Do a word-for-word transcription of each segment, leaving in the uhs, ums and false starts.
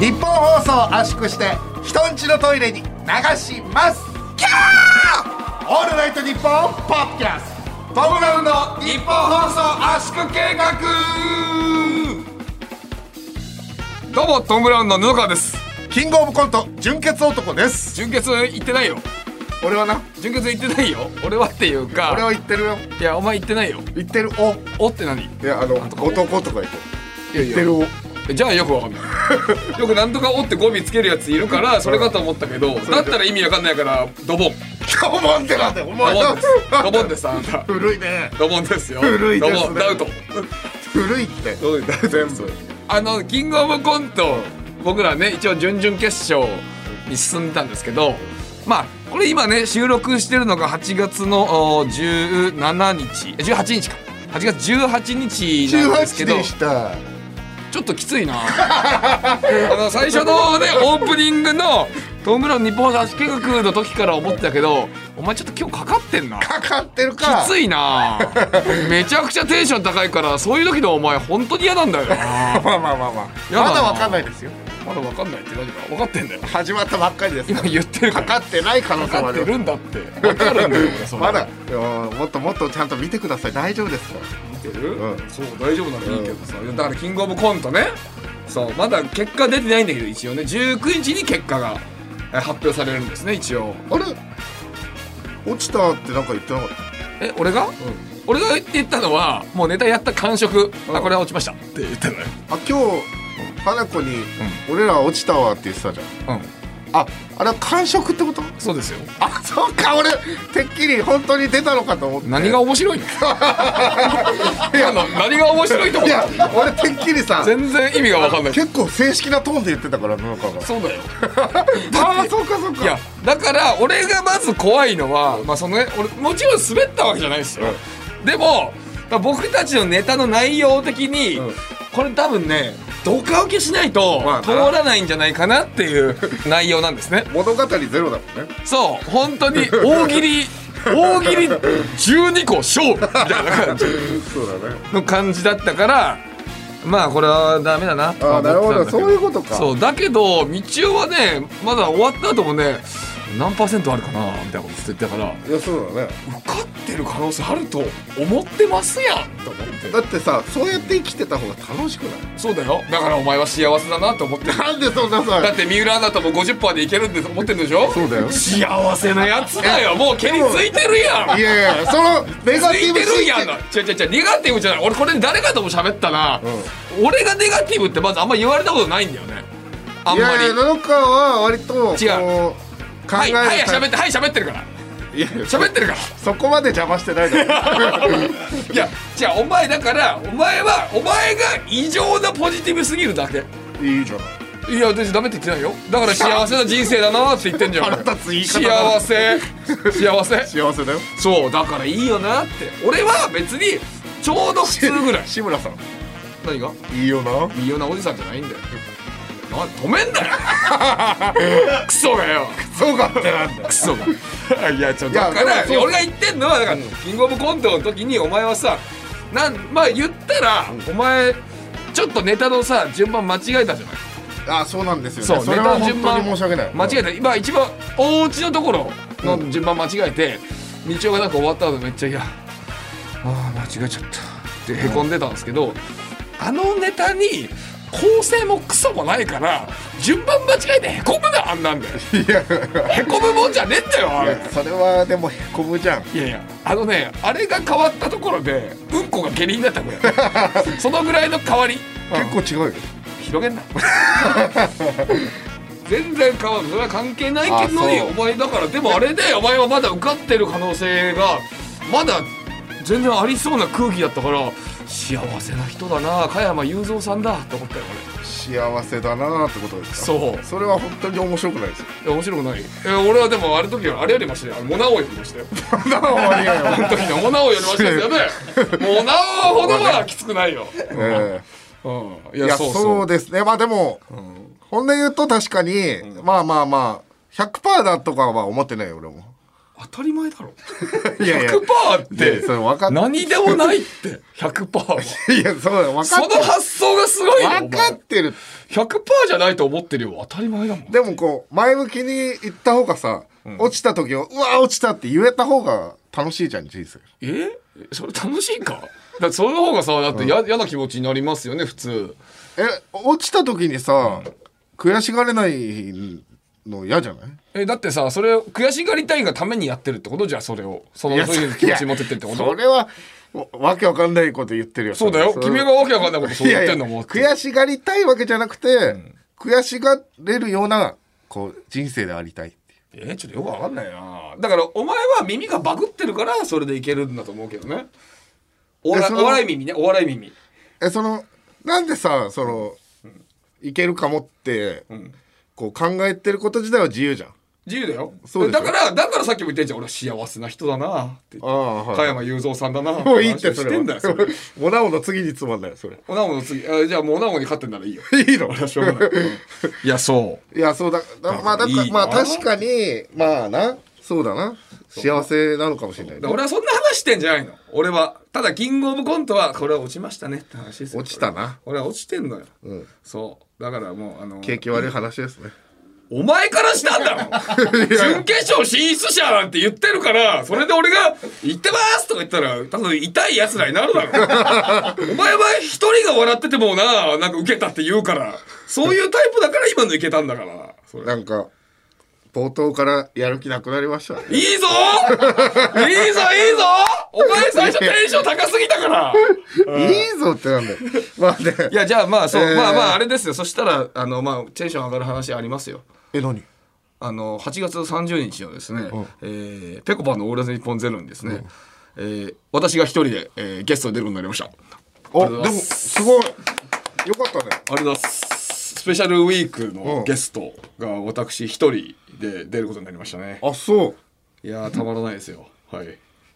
日本放送を圧縮して人んちのトイレに流しますキャーオールナイトニッポンポッドキャストトム・ブラウンの日本放送圧縮計画。 どうもトム・ブラウンの布川です。 キングオブコント純潔男です。 純潔言ってないよ。 俺はな純潔言ってないよ。俺はっていうか俺は言ってるよ。 いやお前言ってないよ。 言ってるおおって何？ いやあの男とか言って言ってるおじゃあよくわかんないよくなんとかおって語尾つけるやついるからそれかと思ったけど、だったら意味わかんないからドボンドボンってなんだよお前。 ドボンですドボンですあなた。 古いね。 ドボンですよ。 古いですね。 ドボンダウト古いって全部あのキングオブコント僕らね一応準々決勝に進んでたんですけど、まあこれ今ね収録してるのがはちがつのじゅうしちにちじゅうはちにちかはちがつじゅうはちにちなんですけど、 じゅうはちでしたちょっときついなあの最初のねオープニングのトム・ブラウン日本圧縮計画の時から思ってたけど、お前ちょっと今日かかってんな。 かかってるか。 きついなめちゃくちゃテンション高いからそういう時のお前本当に嫌なんだよなまあまあまあまあまだわかんないですよ。 まだわかんないって何か分かってんだよ。 始まったばっかりです。 今言ってるかからかってない可能性かかってるんだって分かるんだよ俺それまだもっともっとちゃんと見てください。大丈夫ですから見てる、 うん、 そう大丈夫ならいいけどさ、うん、だからキングオブコントね、そうまだ結果出てないんだけど一応ねじゅうくにちに結果が発表されるんですね一応。 あれ落ちたってなんか言ってなかった？ え俺が、うん、俺が言ったのはもうネタやった感触、うん、あこれは落ちましたって言ったのよ。 あ今日花子に、うん、俺ら落ちたわって言ってたじゃん、うん、ああれは感触ってこと？ そうですよ。 あそうか俺てっきり本当に出たのかと思って。 何が面白いのいや何が面白いと思った？ いや俺てっきりさ全然意味が分かんない。 結構正式なトーンで言ってたから布川が。 そうだよああそうかそうか。 いやだから俺がまず怖いのは、まあそのね俺もちろん滑ったわけじゃないですよ、うん、でも僕たちのネタの内容的に、うん、これ多分ねドカ受けしないと通らないんじゃないかなっていう内容なんですね。 物語ゼロだもんね。 そう本当に大喜利大喜利じゅうにこ勝負みたいな感じそうだねの感じだったからまあこれはダメだなと思ってたんだけど。 あなるほどそういうことか。 そうだけど道夫はねまだ終わった後もね何パーセントあるかなみたいなこと言ってたから、 いやそうだね受かってる可能性あると思ってますやんと思って。 だってさそうやって生きてた方が楽しくない？ そうだよ。だからお前は幸せだなと思ってる。 なんでそんなさだって三浦アナとも ごじゅっパーセント でいけるんで思ってるんでしょ？ そうだよ。 幸せなやつだよ。もう毛についてるやん。 いやいやそのネガティブついてるやん。違う違う違うネガティブじゃない。俺これ誰かとも喋ったな、うん、俺がネガティブってまずあんま言われたことないんだよねあんまり。 いやいや布川は割と違う考えるはいはい喋ってはい喋ってるから。いや喋ってるからそこまで邪魔してないだろいやじゃあお前だからお前はお前が異常なポジティブすぎるだけ。 いいじゃない。 いや私ダメって言ってないよ。だから幸せな人生だなって言ってんじゃん腹立つ言い方だ。 幸せ幸せ幸せだよ。 そうだからいいよなって。俺は別にちょうど普通ぐらい。 志村さん何がいいよないいよなおじさんじゃないんだよ。な止めんだよクソがよクソがってなんだよクソがいやちょっとだから俺が言ってんのはだから、うん、キングオブコントの時にお前はさなんまあ言ったら、うん、お前ちょっとネタのさ順番間違えたじゃない。 あそうなんですよね。 そうそれは本当に申し訳ない。 間違えた今一番お家のところの順番間違えて、うん、道夫がなんか終わった後めっちゃいやあー間違えちゃったってへこんでたんですけど、うん、あのネタに構成もクソもないから順番間違えてへこむなあんなんだよ。いやへこむもんじゃねえんだよあれ。 それはでもへこむじゃん。 いやいやあのねあれが変わったところでうんこが下痢になったぐらいそのぐらいの変わり結構違うよ。 広げんな全然変わる。それは関係ないけどにお前だからでもあれでお前はまだ受かってる可能性がまだ全然ありそうな空気だったから幸せな人だな加山雄三さんだと思ったよ俺。 幸せだなってことですか。 そうそれは本当に面白くないですよ。 いや面白くない。え俺はでもあれ時はあれよりましてモナオよりましたよモナオあの時のモナオよりましたよねモナオほどはきつくないよ、えーうん、いや、いやそうそう、そうですね。まあでも、うん、本音言うと確かに、うん、まあまあまあ ひゃくパーセント だとかは思ってないよ俺も。 当たり前だろいやいやひゃくパーセント っいやてそれ分かっ何でもないって ひゃくパーセント はいやそうだ分かそっての発想がすごいよ分かってる。 ひゃくパーセント じゃないと思ってるよ当たり前だもん。 でもこう前向きに言った方がさ、うん、落ちた時をうわ落ちたって言えた方が楽しいじゃん人生。 えそれ楽しいかだってその方がさだって嫌、うん、な気持ちになりますよね普通。 え落ちた時にさ、うん、悔しがれないの嫌じゃない？ えだってさそれを悔しがりたいがためにやってるってことじゃん。それをそのそういう気持ち持ってってるってこと？ それはわけわかんないこと言ってるよ。 そうだよ君がわけわかんないことそう言ってんのも。 悔しがりたいわけじゃなくて、うん、悔しがれるようなこう人生でありたいっていう。 えー、ちょっとよくわかんないな。だからお前は耳がバグってるからそれでいけるんだと思うけどね。お笑い、お笑い耳ねお笑い耳。 えそのなんでさその、うん、いけるかもって、うんこう考えてること自体は自由じゃん。 自由だよ。そうだからだからさっきも言ってんじゃん俺は幸せな人だなって言って、はい、加山雄三さんだなってもういいってそれしてんだよそれおなおの次につまんないよそれ。 おなおの次あじゃあもうおなおに勝ってんならいいよ。 いいの？ しょうがない、うん、いやそういやそうだだまあだからまあ確かにまあなそうだな幸せなのかもしれない、ね、 俺はそんな話してんじゃないの。俺はただキングオブコントはこれは落ちましたねって話ですよ。 落ちたな。 俺は落ちてんのよ、 うん、 そうだからもうあの景気悪い話ですね。 お前からしたんだろ準決勝進出者なんて言ってるからそれで俺が「言ってます!」とか言ったら多分痛いやつらになるだろお前は一人が笑っててもななんか受けたって言うからそういうタイプだから今のいけたんだからそれなんか冒頭からやる気なくなりました、ね、 いいぞいいぞいいぞお前最初テンション高すぎたからいいぞってなんだよまあねいやじゃあまあそう、えー、まあまああれですよ。そしたらあのまあテンション上がる話ありますよ。 え何あのはちがつさんじゅうにちのですね、うんえー、ぺこぱのオールナイトニッポンゼロにですね、うんえー、私が一人で、えー、ゲストで出ることになりました。 あでもすごいよかったね。 ありがとうございます。スペシャルウィークのゲストが私一人で出ることになりましたね。 あそういやたまらないですよはい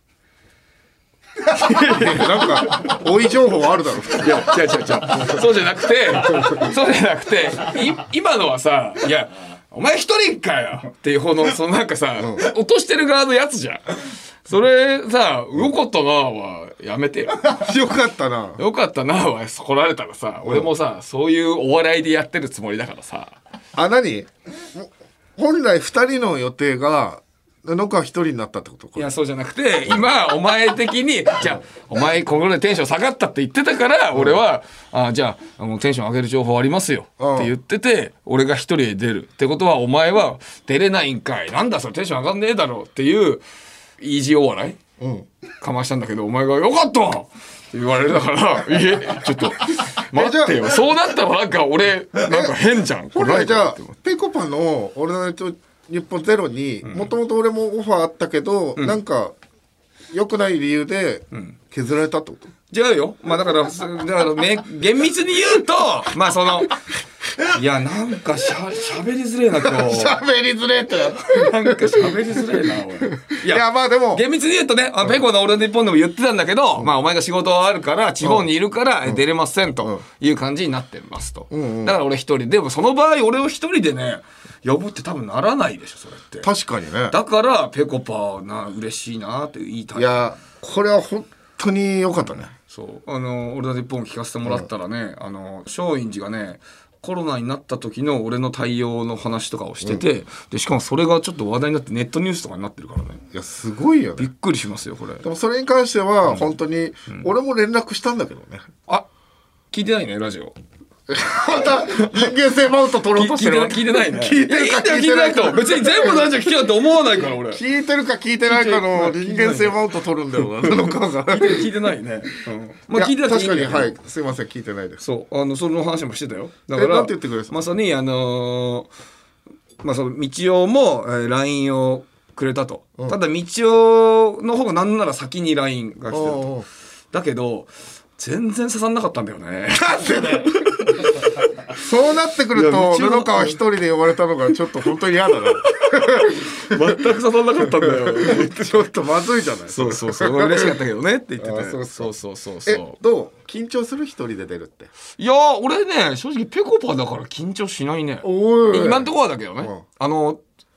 なんか追い情報あるだろいや違う違う違うそうじゃなくてそうじゃなくて今のはさいやお前一人かよっていう方のそのなんかさ、うん、落としてる側のやつじゃん。それさよかったなはやめてよよかったなよかったなは来られたらさ、うん、俺もさそういうお笑いでやってるつもりだからさ。 あ何本来二人の予定がなんか一人になったってことか。 いやそうじゃなくて今お前的にじゃあお前ここでテンション下がったって言ってたから、うん、俺はあじゃあもうテンション上げる情報ありますよって言ってて、うん、俺が一人で出るってことはお前は出れないんかいなんだそれテンション上がんねえだろっていうイージーお笑い、うん、かましたんだけどお前がよかったって言われるだからいえちょっと待ってよそうなったらなんか俺なんか変じゃんこれ。じゃあぺこぱの俺の日本ゼロにもともと俺もオファーあったけど、うん、なんか良くない理由で削られたってこと？ 違うよ。まあだからだから厳密に言うとまあそのいやなんかしゃ喋りづれえな今日喋りづれえってななんか喋りづれえな俺いや、いやまあでも厳密に言うとねあペコの俺の日本でも言ってたんだけど、うん、まあお前が仕事あるから地方にいるから出れませんという感じになってますと、うんうん、だから俺一人でもその場合俺を一人でね呼ぶって多分ならないでしょそれって。 確かにね。 だからペコパな嬉しいなって言いたい。 いやこれは本当に良かったね。 そうあの俺の日本聞かせてもらったらね、うん、あの松陰寺がねコロナになった時の俺の対応の話とかをしてて、うん、でしかもそれがちょっと話題になってネットニュースとかになってるからね。 いやすごいよね。 びっくりしますよこれ。 でもそれに関しては本当に、うん、俺も連絡したんだけどね。 あ聞いてないねラジオまた人間性マウント取ろうとしてる。 聞いてないね。 聞いてるか聞いてないか。 別に全部ラジオ聞けよって思わないから俺。 聞いてるか聞いてないかの人間性マウント取るんだよな。のかが聞いてないね。まあ聞いてない。 確かにはいすいません聞いてないです。 そうあのその話もしてたよ。だからなんて言ってくれる。 まさにあのまあその道夫も ライン をくれたと。ただ道夫の方がなんなら先に ライン が来てると。だけど全然刺さんなかったんだよね。 なんでね。そうなってくると布川一人で呼ばれたのがちょっと本当に嫌だな。 全く刺さんなかったんだよ。 ちょっとまずいじゃない。 そうそうそう嬉しかったけどねって言ってて。 そうそうそうそうそう。 えどう緊張する一人で出るって。 いや俺ね正直ペコパだから緊張しないね。 おい今んところはだけどね、うん、あの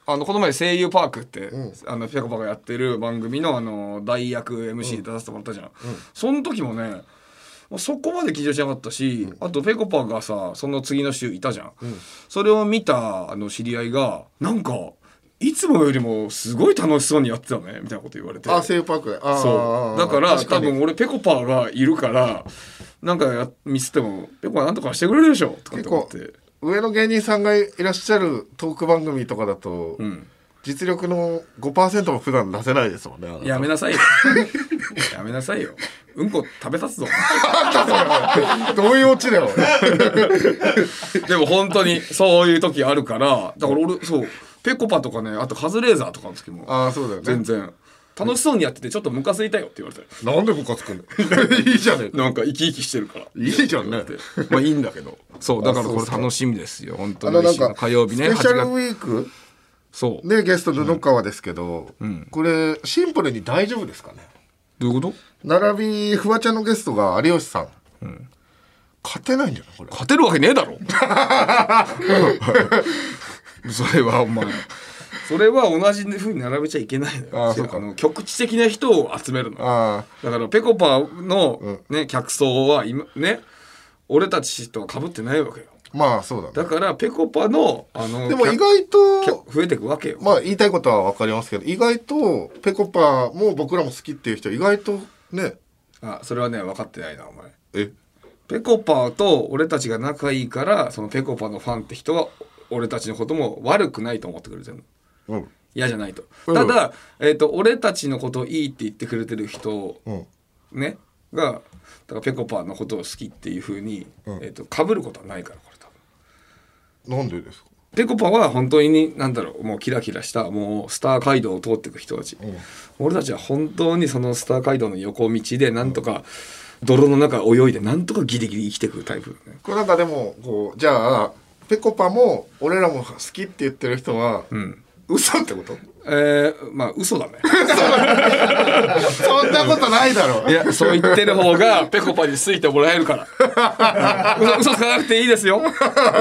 あのこの前声優パークって、 うん、 あのぺこぱがやってる番組のあの代役 エムシー で出させてもらったじゃん、うん、その時もねそこまで緊張しなかったし、うん、あとぺこぱがさその次の週いたじゃん、うん、それを見たあの知り合いがなんかいつもよりもすごい楽しそうにやってたねみたいなこと言われて、 あ声優パークで、あそうだから多分俺ぺこぱがいるからなんかやミスってもぺこぱなんとかしてくれるでしょとかって思って、 上の芸人さんがいらっしゃるトーク番組とかだと、うん、実力の ごパーセント も普段出せないですもんね。 やめなさいよやめなさいよ、うんこ食べさすぞどういうオチだよでも本当にそういう時あるからだから俺そうぺこぱとかねあとカズレーザーとかの時もあそうだよね全然楽しそうにやっててちょっとムカついたよって言われてなんでムカつくんだよいいじゃねえなんか生き生きしてるからいいじゃんねまあいいんだけどそうだからこれ楽しみですよ本当に。あのなんか火曜日ねスペシャルウィークそうねゲスト布川ですけど、うん、これシンプルに大丈夫ですかね。 どういうこと。 並びフワちゃんのゲストが有吉さん、うん、勝てないんじゃないこれ。 勝てるわけねえだろそれはお前それは同じ風に並べちゃいけないのよ。ああそうか。あの局地的な人を集めるの。あだからぺこぱの、ねうん、客層は今ね俺たちとは被ってないわけよ。 まあそうだね。 だからぺこぱのあのでも意外と増えていくわけよ。 まあ言いたいことは分かりますけど意外とぺこぱも僕らも好きっていう人意外とね。 あそれはね分かってないなお前。 えぺこぱと俺たちが仲いいからそのぺこぱのファンって人は俺たちのことも悪くないと思ってくれてるの。うん、嫌じゃないと、うん、ただ、えーと、俺たちのことをいいって言ってくれてる人、うん、ねがだからぺこぱのことを好きっていう風に、うんえーと、被ることはないからこれ多分。なんでですか。 ぺこぱは本当になんだろうもうキラキラしたもうスター街道を通っていく人たち、うん、俺たちは本当にそのスター街道の横道でなんとか、うん、泥の中泳いでなんとかギリギリ生きていくタイプ、ね、 これなんかでもこうじゃあぺこぱも俺らも好きって言ってる人は、うん嘘ってこと？ えー、まあ嘘だねそんなことないだろ。 いやそう言ってる方がぺこぱについてもらえるから嘘, 嘘つかなくていいですよ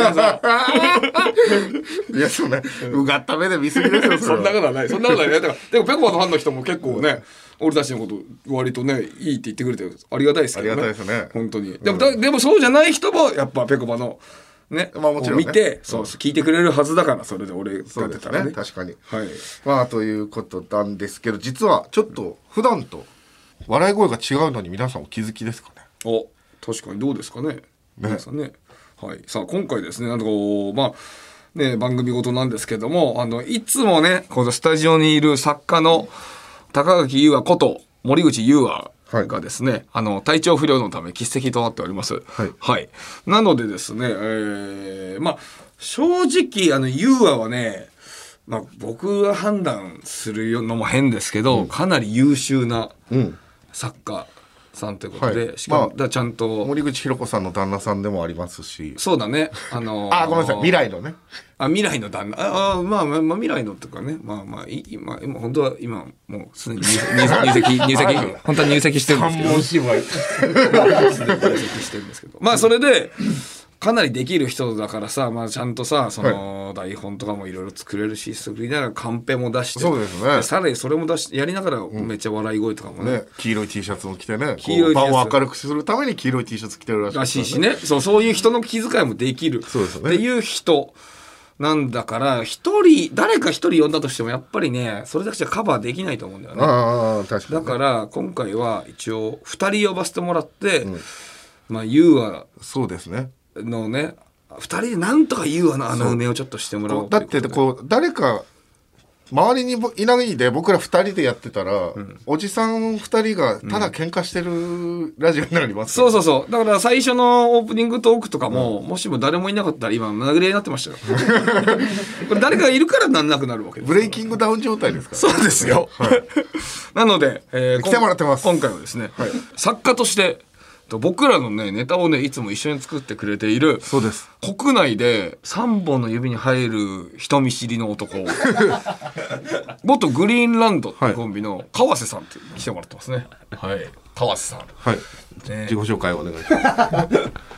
いやそうねうがった目で見すぎですよそんなことはないそんなことはないだからでもぺこぱのファンの人も結構ね俺たちのこと割とねいいって言ってくれてありがたいですけどね。 ありがたいですね本当に。でも、うん、でもそうじゃない人もやっぱぺこぱのね、まあもちろんね、見て、そう、うん、聞いてくれるはずだからそれで俺が出たらね。 確かに。はい。まあということなんですけど実はちょっと普段と笑い声が違うのに皆さんお気づきですかね。 お、確かにどうですかね。ね皆さんね。はい。さあ今回ですねなんかこうまあね番組ごとなんですけどもあのいつもねこのスタジオにいる作家の高垣優愛こと森口優愛がですね、はい、あの体調不良のため欠席となっております。はい。はい、なのでですね、えー、まあ正直あのユーアはね、まあ僕が判断するのも変ですけど、うん、かなり優秀な作家さんということで、はい、しかも、まあ、だちゃんと森口博子さんの旦那さんでもありますし、 そうだね。あのー、 あごめんなさい未来のね。 あ未来の旦那ああ、まあ、まあまあ未来のとかねまあまあ今今本当は今もうすでに入籍入籍本当は入籍してるんですけど三文芝居入籍してるんですけどまあそれでかなりできる人だからさ、まあ、ちゃんとさその台本とかもいろいろ作れるし作りながらカンペも出してそうですねさらにそれも出しやりながらめっちゃ笑い声とかもね、うんね、 黄色い T シャツを着てね黄色い場を明るくするために黄色い T シャツ着てるらしい、 らしいしねそうそういう人の気遣いもできるそうです、ね、 っていう人なんだから一人誰か一人呼んだとしてもやっぱりねそれだけじゃカバーできないと思うんだよね。 ああ確かに、ね、 だから今回は一応ふたり呼ばせてもらって、うん、まあユーアそうですねのねふたりでなんとかユーアの穴埋めをちょっとしてもらおうだってこう誰か周りにいないで僕らふたりでやってたら、うん、おじさんふたりがただ喧嘩してるラジオになります、 うん、そうそうそうだから最初のオープニングトークとかも、うん、もしも誰もいなかったら今殴り合いになってましたよこれ誰かがいるからなんなくなるわけですブレイキングダウン状態ですから、 ね、そうですよ、はい、なので、 えー、来てもらってます今回はですね、はい、作家として僕らのねネタをねいつも一緒に作ってくれているそうです国内でさんぼんの指に入る人見知りの男元グリーンランドってコンビの川瀬さんって来てもらってますねはい川瀬さんはい、ね、自己紹介をお願いします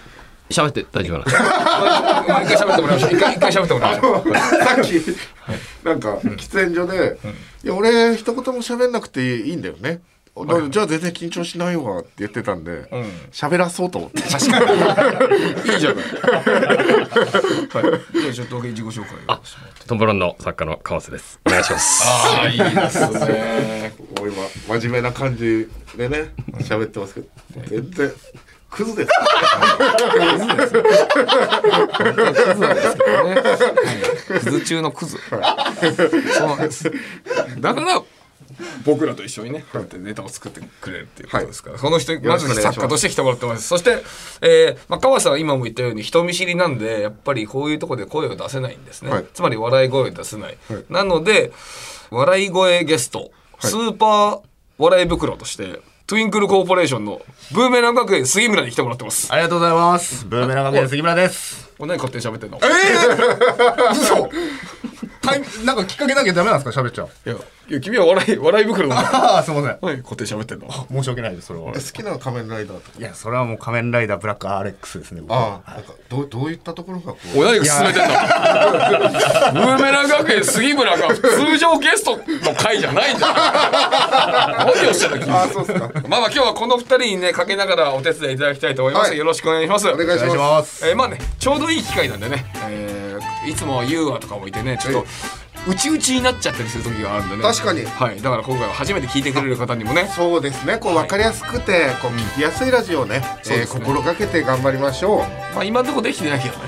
喋って大丈夫なの一回喋ってもらいましょう一回一回喋ってもらいましょうさっき、はいなんか喫煙所で、うん、いや俺一言も喋んなくていいんだよね、はい、じゃあ全然緊張しないわって言ってたんで喋、うん、らそうと思って確かにいいじゃない、はい、じゃあちょっと自己紹介をトンボロンの作家の川瀬です。お願いします。 ああいいですねもう今真面目な感じでね喋ってますけど全然クズです。 クズですよ。クズなんですけどね。クズ中のクズ。そうなんです。だから僕らと一緒にね、こうやってネタを作ってくれるっていうことですから、はい、その人まず作家として来てもらってます。そして、えーまあ、川瀬は今も言ったように人見知りなんでやっぱりこういうところで声を出せないんですね。はい、つまり笑い声を出せない。はい、なので笑い声ゲスト、はい、スーパー笑い袋として。トゥインクルコーポレーションのブーメラン学園杉村に来てもらってます。 ありがとうございます。ブーメラン学園杉村です。 お何勝手に喋ってんの？ ええー、嘘。なんかきっかけなきゃダメなんですか喋っちゃう。 いや、いや君は笑い笑い袋なんだ。 ああすみません。 はい勝手に喋ってんの。 申し訳ないですそれは。 好きな仮面ライダーとか。 いやそれはもう仮面ライダーブラックアレックスですね。 ああ、はい、なんかどうどういったところがこう。 親が勧めてんだ。ブーメラン学園杉村が通常ゲストの回じゃないんだ。何をしてんの君。 あそうですか。 まあまあ今日はこの二人にねかけながらお手伝いいただきたいと思います。はい、よろしくお願いします。 お願いします。 えー、まあねちょうどいい機会なんでね。えー、いつもユーアとかもいてねちょっと。うちうちになっちゃったりする時があるんでね。 確かに、 はい、だから今回は初めて聞いてくれる方にもねそうですねこう分かりやすくて、はい、こう聞きやすいラジオをね、うんえー、心がけて頑張りましょう。 まあ今のところできてないけどね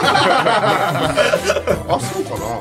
あそうかな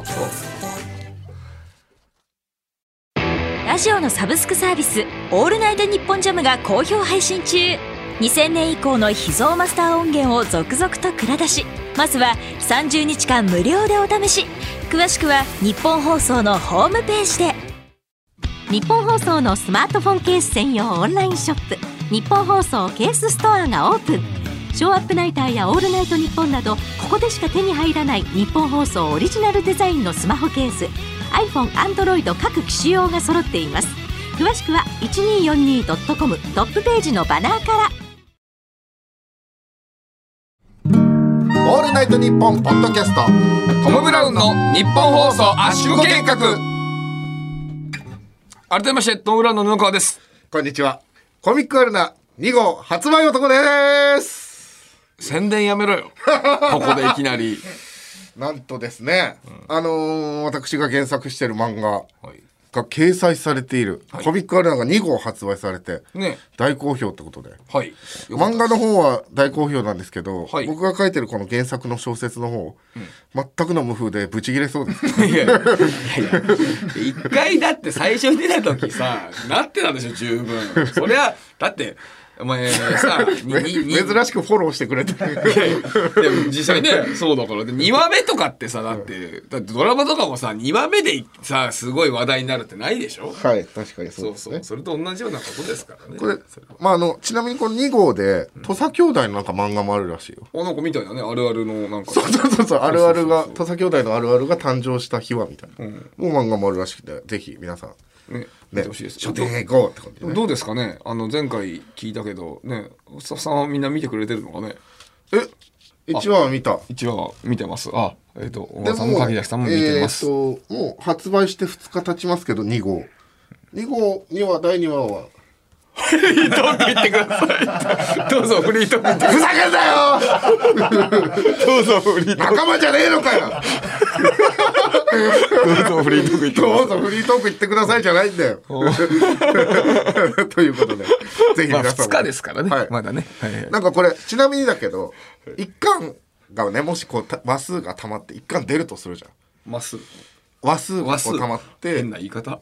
そうラジオのサブスクサービスオールナイトニッポンジャムが好評配信中。にせんねん以降の秘蔵マスター音源を続々と蔵出し。まずはさんじゅうにちかん無料でお試し。詳しくは日本放送のホームページで。日本放送のスマートフォンケース専用オンラインショップ日本放送ケースストアがオープン。ショーアップナイターやオールナイトニッポンなどここでしか手に入らない日本放送オリジナルデザインのスマホケース iPhone、Android 各機種用が揃っています。詳しくは いちにーよんにードットコム トップページのバナーから。 オールナイトニッポンポッドキャストトム・ブラウンの日本放送圧縮計画。改めましてトム・ブラウンの布川です。 こんにちは。コミックアルナに号発売男です。 宣伝やめろよここでいきなりなんとですね、うん、あのー、私が原作している漫画が掲載されている、はい、コミックアルナがに号発売されて、ね、大好評ってことで、はい、漫画の方は大好評なんですけど、はい、僕が書いてるこの原作の小説の方、うん、全くの無風でブチ切れそうですいやいやいや一回だって最初に出た時さなってたでしょ十分。そりゃだってお前さ珍しくフォローしてくれてでも実際ねそうだからでにわめとかってさだって、うん、だってドラマとかもさにわめでさすごい話題になるってないでしょ。 はい確かにそうですね。そうそうそれと同じようなことですからね。 これまああのちなみにこのに号で土佐兄弟のなんか漫画もあるらしいよ。 あなんかみたいなねあるあるのなんかそうそうそうそうあるあるが土佐兄弟のあるあるが誕生した秘話みたいな、うん、もう漫画もあるらしくてぜひ皆さんね、ね、書店へ行こうって感じ、ね、 どうですかね。あの前回聞いたけどねスタッフさんはみんな見てくれてるのかね。 えいちわは見た。 いちわ見てます。あえっ、ー、と小川さんも柿崎さんも見てます。 えー、ともう発売してふつか経ちますけどに号に号にはだいにわはフリートーク言ってくださいどうぞフリートーク言ってふざけんなよどうぞフリートーク仲間じゃねえのかよどうぞフリートーク言ってどうぞフリートーク言ってくださいじゃないんだよということでぜひ皆さん、まあ、 ふつかですからね、はい、まだね、はいはい、 なんかこれちなみにだけどいっかんがねもしこう話数がたまっていっかん出るとするじゃん。 話数話数がこうたまって変な言い方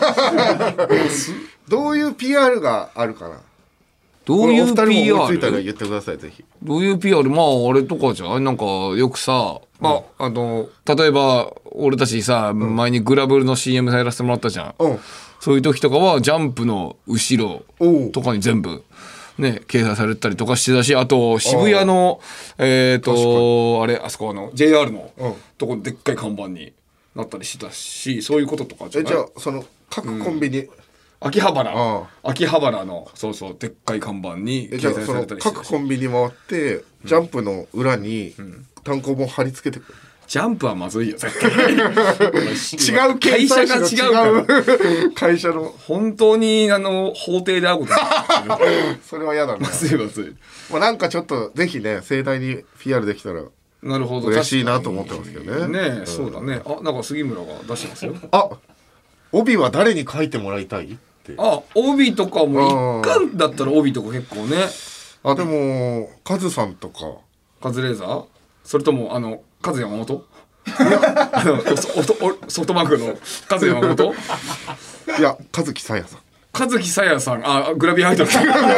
どういう ピーアール があるかな。 どういう ピーアール お二人も思いついたら言ってくださいぜひ。 どういう ピーアール まああれとかじゃんなんかよくさまあ、あの例えば俺たちさ、うん、前にグラブルの シーエム やらせてもらったじゃん、うん、そういう時とかはジャンプの後ろとかに全部ね掲載されたりとかしてたしあと渋谷のえっ、ー、とあれあそこの ジェイアール の、うん、とこでっかい看板になったりしたしそういうこととかじゃない。 えじゃあその各コンビニ、うん、 秋葉原秋葉原のそうそうでっかい看板に掲載されたりしてたし各コンビニ回ってジャンプの裏に、うん単行本貼り付けてくる。 ジャンプはまずいよ絶対違う会社が違うから会社の本当にあの法廷で会うことそれは嫌だね。 まずいまずい、 まあ、なんかちょっとぜひね盛大に ピーアール できたらなるほど嬉しいなと思ってますけどね。 ねえ、うん、そうだね。あ、なんか杉村が出してますよ。 あ、帯は誰に書いてもらいたいって。 あ、帯とかも一巻だったら帯とか結構ね。 あ、でもカズさんとかカズレーザーそれともあのカズ山本あのソフトバンクのカズ山本いやカズキサヤさん和樹さやさん、あ、グラビアアイドル。え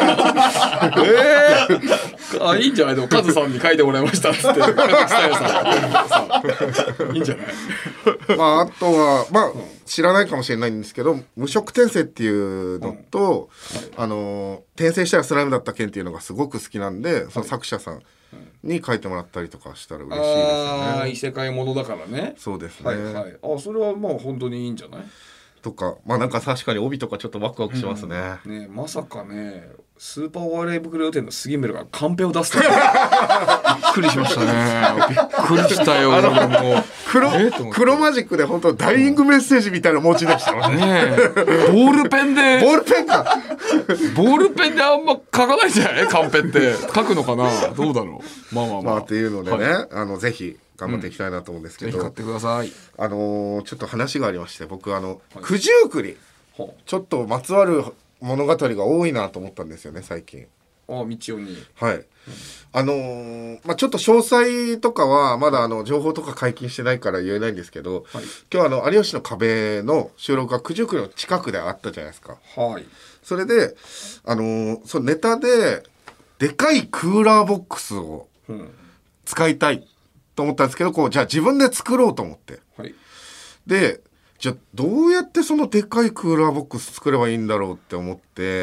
ー、あ、いいんじゃないでも、カズさんに書いてもらいましたっつって、和樹さやさん。いいんじゃないまあ、あとは、まあ、知らないかもしれないんですけど、無色転生っていうのと、うん、あの、転生したらスライムだった件っていうのがすごく好きなんで、その作者さんに書いてもらったりとかしたら嬉しいですよね。 ああ、異世界ものだからね。 そうですね。 はいはい。あ、それはまあ本当にいいんじゃないとか、まあなんか確かに帯とかちょっとワクワクしますね。 うん、ね、まさかね、スーパーお笑い袋予定の杉村がカンペを出すとびっくりしましたね。びっくりしたよ。あのもう黒黒マジックで本当ダイイングメッセージみたいな文字でしたもんね。 ねボールペンでボールペンかボールペンであんま書かないんじゃない？カンペって書くのかな。どうだろう。まあまあまあ。 まあっていうのでね、はい、あのぜひ。頑張っていきたいなと思うんですけど、 うん、ぜひ買ってください。 あのー、ちょっと話がありまして、僕あの、はい、九十九里ちょっとまつわる物語が多いなと思ったんですよね最近。 ああ、道夫に。 はい、うん、あのー、まあちょっと詳細とかはまだあの情報とか解禁してないから言えないんですけど、はい、今日あの有吉の壁の収録が九十九里の近くであったじゃないですか。 はい。 それであのー、そのネタででかいクーラーボックスを使いたい、うんと思ったんですけど、こうじゃあ自分で作ろうと思って、はい、でじゃあどうやってそのでっかいクーラーボックス作ればいいんだろうって思って、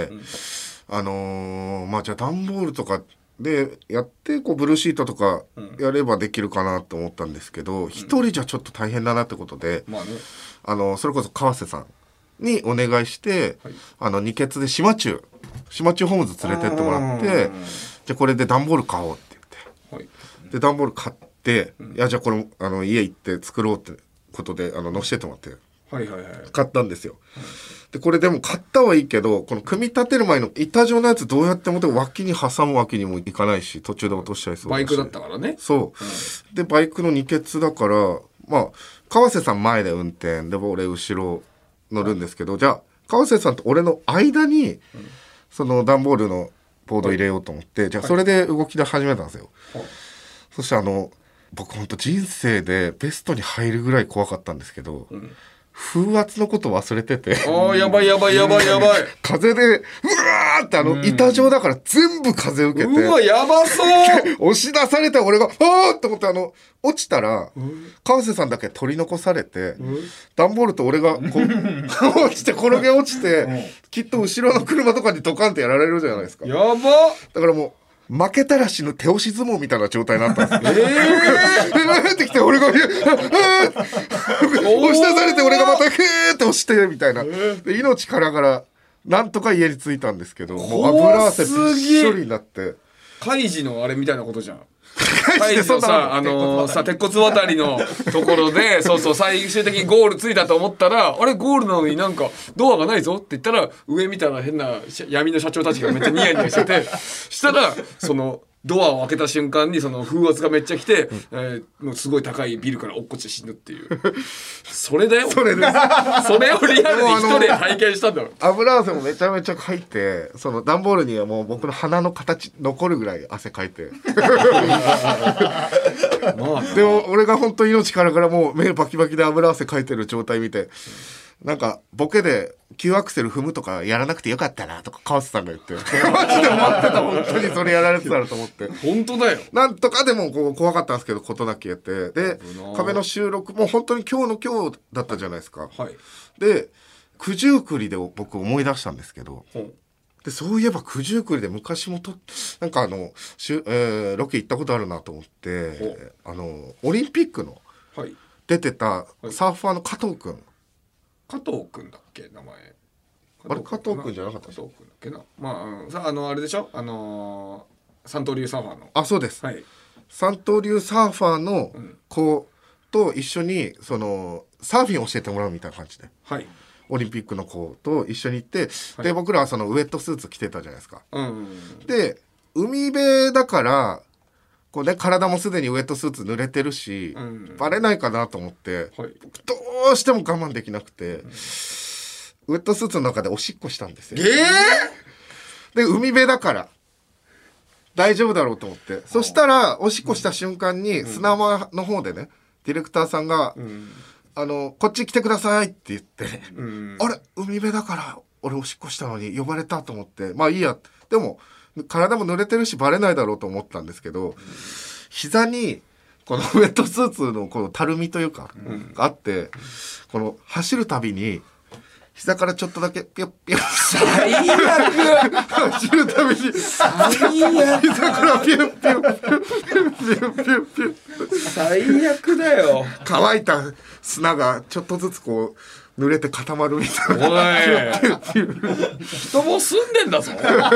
うん、あのー、まあじゃあ段ボールとかでやってこうブルーシートとかやればできるかなと思ったんですけど、一、うん、人じゃちょっと大変だなってことで、まあね、あのそれこそ川瀬さんにお願いして、はい、あの二欠で島中島中ホームズ連れてってもらって、じゃあこれで段ボール買おうって言って、はい、で段ボール買ってで、うん、いやじゃあこれあの家行って作ろうってことであの載せてってもらって、はいはいはい、買ったんですよ、うん、でこれでも買ったはいいけどこの組み立てる前の板状のやつどうやっても脇に挟むわけにもいかないし途中で落としちゃいそうだし、 バイクだったからね。 そう、うん、でバイクの二欠だからまあ川瀬さん前で運転で俺後ろ乗るんですけど、はい、じゃあ川瀬さんと俺の間に、うん、その段ボールのボード入れようと思って、はい、じゃあそれで動き出し始めたんですよ、はい、そしてあの僕ほんと人生でベストに入るぐらい怖かったんですけど、うん、風圧のこと忘れててあーやばいやばいやばいやばい風でうわーってあの板状だから全部風受けて、 うわやばそう押し出されて俺があーって思ってあの落ちたら、うん、川瀬さんだけ取り残されて、うん、段ボールと俺がこう落ちて転げ落ちて、うん、きっと後ろの車とかにドカンってやられるじゃないですか。 やばだからもう負けたら死ぬ手押し相撲みたいな状態になったんですよ。えーってきて俺が押し出されて俺がまたグーって押してみたいな。で命からがらなんとか家に着いたんですけど、もう油汗びっしょりになって。 カイジのあれみたいなことじゃん。カイジのさ、あのー、さ鉄骨渡りのところでそうそう最終的にゴールついたと思ったらあれゴールなのになんかドアがないぞって言ったら上見たら変な闇の社長たちがめっちゃニヤニヤしててしたらそのドアを開けた瞬間にその風圧がめっちゃ来て、えー、もうすごい高いビルから落っこちて死ぬっていうそれだよ。 それですそれをリアルに一人で体験したんだよ。 油汗もめちゃめちゃかいてその段ボールにはもう僕の鼻の形残るぐらい汗かいてまあでも俺が本当に命からからもう目バキバキで油汗かいてる状態見て、なんかボケで急アクセル踏むとかやらなくてよかったなとか川瀬さんが言ってマジで思ってた。本当にそれやられてたらと思って本当だよ。 なんとかでもこう怖かったんですけど事なきやってで壁の収録も本当に今日の今日だったじゃないですか、はい、で九十九里で僕思い出したんですけど、でそういえば九十九里で昔もとなんかあのしゅ、えー、ロケ行ったことあるなと思ってあのオリンピックの出てたサーファーの加藤くん、 加藤くんだっけ名前。 あれ加藤くんじゃなかった。 加藤くんだっけな。まあさあのあれでしょあのー、三刀流サーファーの。 あそうです。はい。三刀流サーファーのこうと一緒にそのサーフィンを教えてもらうみたいな感じで、 はい、 オリンピックの子と一緒に行って、はい、で僕らはそのウエットスーツ着てたじゃないですか、うんうんうん、で海辺だからこう、ね、体もすでにウエットスーツ濡れてるし、うんうん、バレないかなと思って、はい、どうしても我慢できなくて、うん、ウエットスーツの中でおしっこしたんですよ。えー、で海辺だから大丈夫だろうと思って、そしたらおしっこした瞬間に砂浜の方でね、ディレクターさんが、うん、あのこっち来てくださいって言って、うん、あれ海辺だから俺おしっこしたのに呼ばれたと思って、まあいいや、でも体も濡れてるしバレないだろうと思ったんですけど、うん、膝にこのウエットスーツのこのたるみというか、うん、があって、この走るたびに膝からちょっとだけピュッピュッ最悪走るたびに最悪膝からピュッピュッピュッピュッピュッピュッピュッ最悪だよ。 乾いた砂がちょっとずつこう濡れて固まるみたいな。 おい人も住んでんだぞ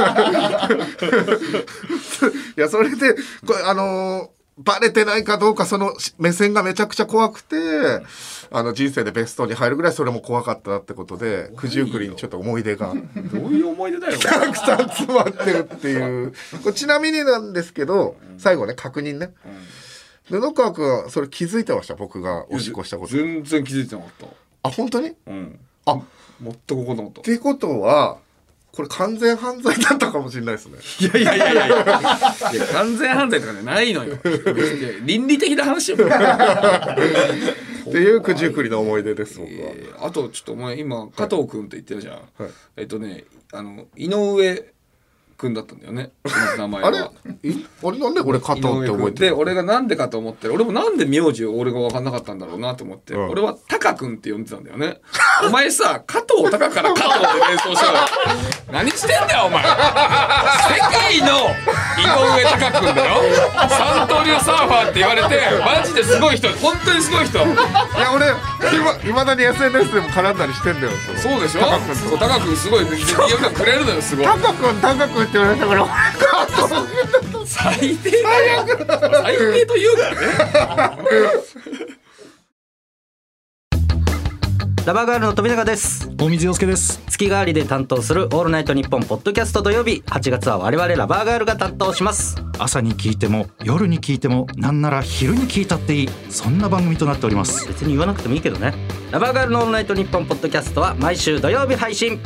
いやそれでこれあのーバレてないかどうかその目線がめちゃくちゃ怖くて、あの人生でベストに入るぐらいそれも怖かったなってことで、九十九里にちょっと思い出がどういう思い出だよたくさん詰まってるっていうこれちなみになんですけど、最後ね確認ね、うん、布川君はそれ気づいてました？僕がおしっこしたこと。 全然気づいてなかった。 あ本当に？ うん、 あ全くここなかった。 ってことはこれ完全犯罪だったかもしれないですね。 いやいやいやいやいや完全犯罪とかじゃないのよ倫理的な話よっていう九十九里の思い出です僕は、 えー、あとちょっとお前今加藤君って言ってたじゃん、はい、えっとねあの井上君だったんだよね名前は。 あれ俺なんで俺加藤って覚えてるで俺がなんでかと思ってる、俺もなんで名字を俺が分かんなかったんだろうなと思って、うん、俺はタカ君って呼んでたんだよねお前さ加藤タカから加藤で連想したら何してんだよお前世界の井上タカ君だよ三刀流サーファーって言われてマジですごい人、本当にすごい人。いや俺いまだに エスエヌエス でも絡んだりしてんだよ。 そうでしょ。タカ君そうタカ君すごい ディーエム くれるのよすごい。 タカ君タカ君って言われたから最低だよ最低というかねラバーガールの富永です。 大水洋介です。 月替わりで担当するオールナイトニッポンポッドキャスト土曜日、はちがつは我々ラバーガールが担当します。 朝に聞いても夜に聞いてもなんなら昼に聞いたっていい、そんな番組となっております。 別に言わなくてもいいけどね。ラバーガールのオールナイトニッポンポッドキャストは毎週土曜日配信。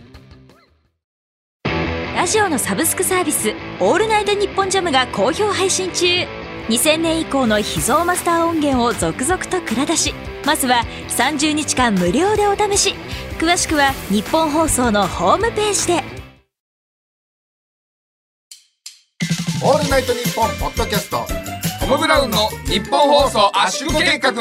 ラジオのサブスクサービスオールナイトニッポンジャムが好評配信中。にせんねん以降の秘蔵マスター音源を続々と蔵出し。まずはさんじゅうにちかん無料でお試し。詳しくは日本放送のホームページで。 オールナイトニッポンポッドキャストトム・ブラウンの日本放送圧縮計画。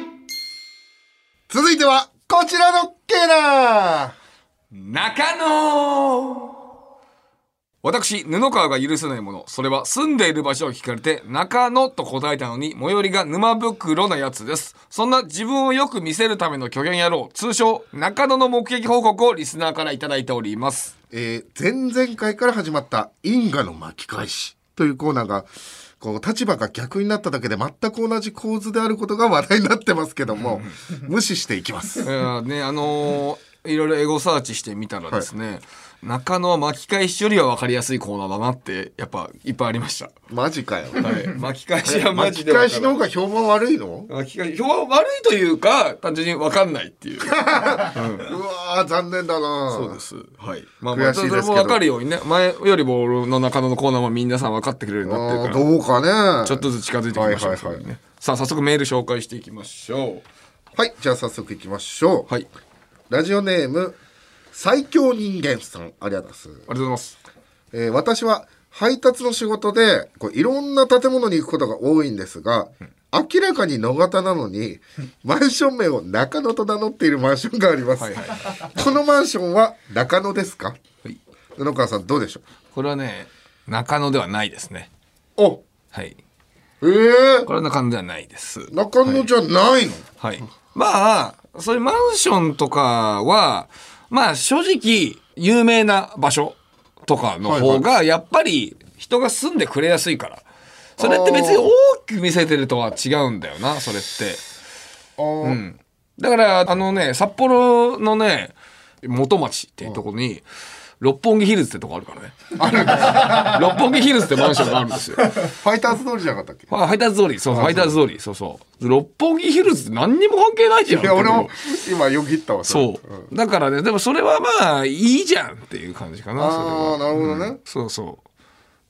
続いてはこちらのコーナー、 中野。私布川が許せないもの、それは住んでいる場所を聞かれて中野と答えたのに最寄りが沼袋なやつです。そんな自分をよく見せるための虚言野郎、通称中野の目撃報告をリスナーからいただいております。 えー、前々回から始まった因果の巻き返しというコーナーがこう立場が逆になっただけで全く同じ構図であることが話題になってますけども無視していきます。 いやね、あのー、いろいろエゴサーチしてみたらですね、はい、中野は巻き返しよりは分かりやすいコーナーだなってやっぱいっぱいありました。 マジかよ、 はい、巻き返しはマジで巻き返しの方が評判悪いの？ 巻き返し評判悪いというか単純に分かんないっていう、うん、うわ残念だな。 そうです、はい、まあ、まあそれも分かるようにね、前よりも俺の中野のコーナーも皆さん分かってくれるようになってるからどうかねちょっとずつ近づいてきましょう、はいはいはいね、さあ早速メール紹介していきましょう。 はい、じゃあ早速いきましょう。はい、ラジオネーム最強人間さん、ありがとうございます。ありがとうございます。 えー、私は配達の仕事でこういろんな建物に行くことが多いんですが、うん、明らかに野方なのにマンション名を中野と名乗っているマンションがあります。はいはい、このマンションは中野ですか？はい、布川さんどうでしょう？ これはね中野ではないですね。 お、 はい。 えー、 これは中野ではないです。 中野じゃないの？ はい、はい、まあそういうマンションとかはまあ正直有名な場所とかの方がやっぱり人が住んでくれやすいから、それって別に大きく見せてるとは違うんだよな。それってうん、だからあのね札幌のね元町っていうところに六本木ヒルズってとこあるからね。ある六本木ヒルズってマンションがあるんですよ。ファイターズ通りじゃなかったっけ？ ファイターズ通り、そうそう、ファイターズ通り、そうそう。六本木ヒルズって何にも関係ないじゃん。 いや、俺も今よぎったわ。 そう、うん。だからね、でもそれはまあいいじゃんっていう感じかな。 ああ、なるほどね、 うん。そうそう。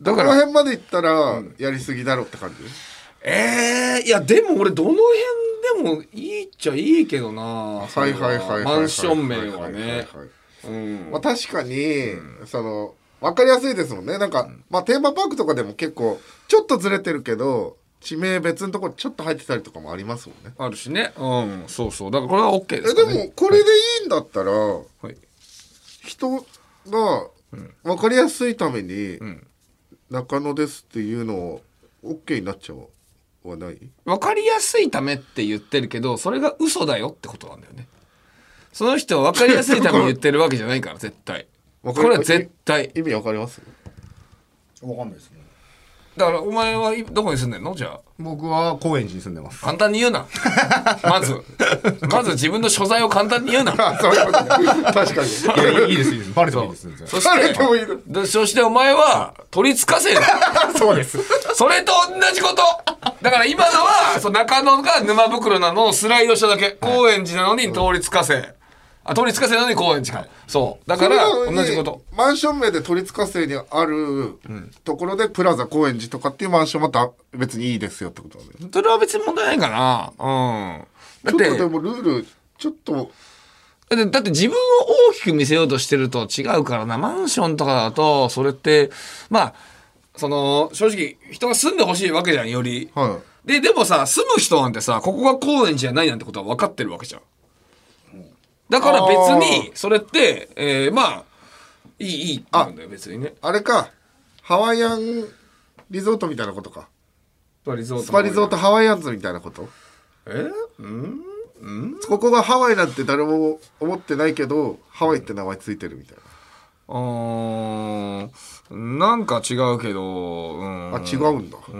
だからこの辺まで行ったらやりすぎだろって感じ？うん、 ええー、いやでも俺どの辺でもいいっちゃいいけどな。 はいはいはいはい。 マンション名はね。 うん、まあ確かに、うん、その分かりやすいですもんね。なんか、うん、まあテーマパークとかでも結構ちょっとずれてるけど地名別のところちょっと入ってたりとかもありますもんね。 あるしね。うん、そうそう。だからこれは OK ですかね。 えでもこれでいいんだったら、はい、人が分かりやすいために、うん、中野ですっていうのを OK になっちゃうはない？ 分かりやすいためって言ってるけどそれが嘘だよってことなんだよね。その人は分かりやすいために言ってるわけじゃないから絶対。これは絶対。 意味わかります？ わかんないですね。 だからお前はどこに住んでんの？じゃあ僕は高円寺に住んでます。 簡単に言うな。まずまず自分の所在を簡単に言うな。 そういうことね。確かに。 いやいいですいいです。バレてもいいです。 そしてそしてお前は取りつかせだ。 そうです。 それと同じこと。だから今のはそう中野が沼袋なのをスライドしただけ。高円寺なのに通りつかせ。あ、取りつかせなのに高円寺か、はい、そうだから同じこと。 マンション名で取りつかせにあるところでプラザ高円寺とかっていうマンションまた別にいいですよってことなんだよね。 それは別に問題ないかな。うんだってちょっとでもルールちょっとだって、だって自分を大きく見せようとしてると違うからな。マンションとかだとそれってまあその正直人が住んでほしいわけじゃんより、はい、ででもさ住む人なんてさここが高円寺じゃないなんてことは分かってるわけじゃん。だから別にそれって、えー、まあいいいいってなんだよ別にね。 あれかハワイアンリゾートみたいなことか。 スパリゾートスパリゾートハワイアンズみたいなこと。 えうんうんここがハワイなんて誰も思ってないけどハワイって名前ついてるみたいな。 あーなんか違うけど、うん、 あ違うんだ。うん。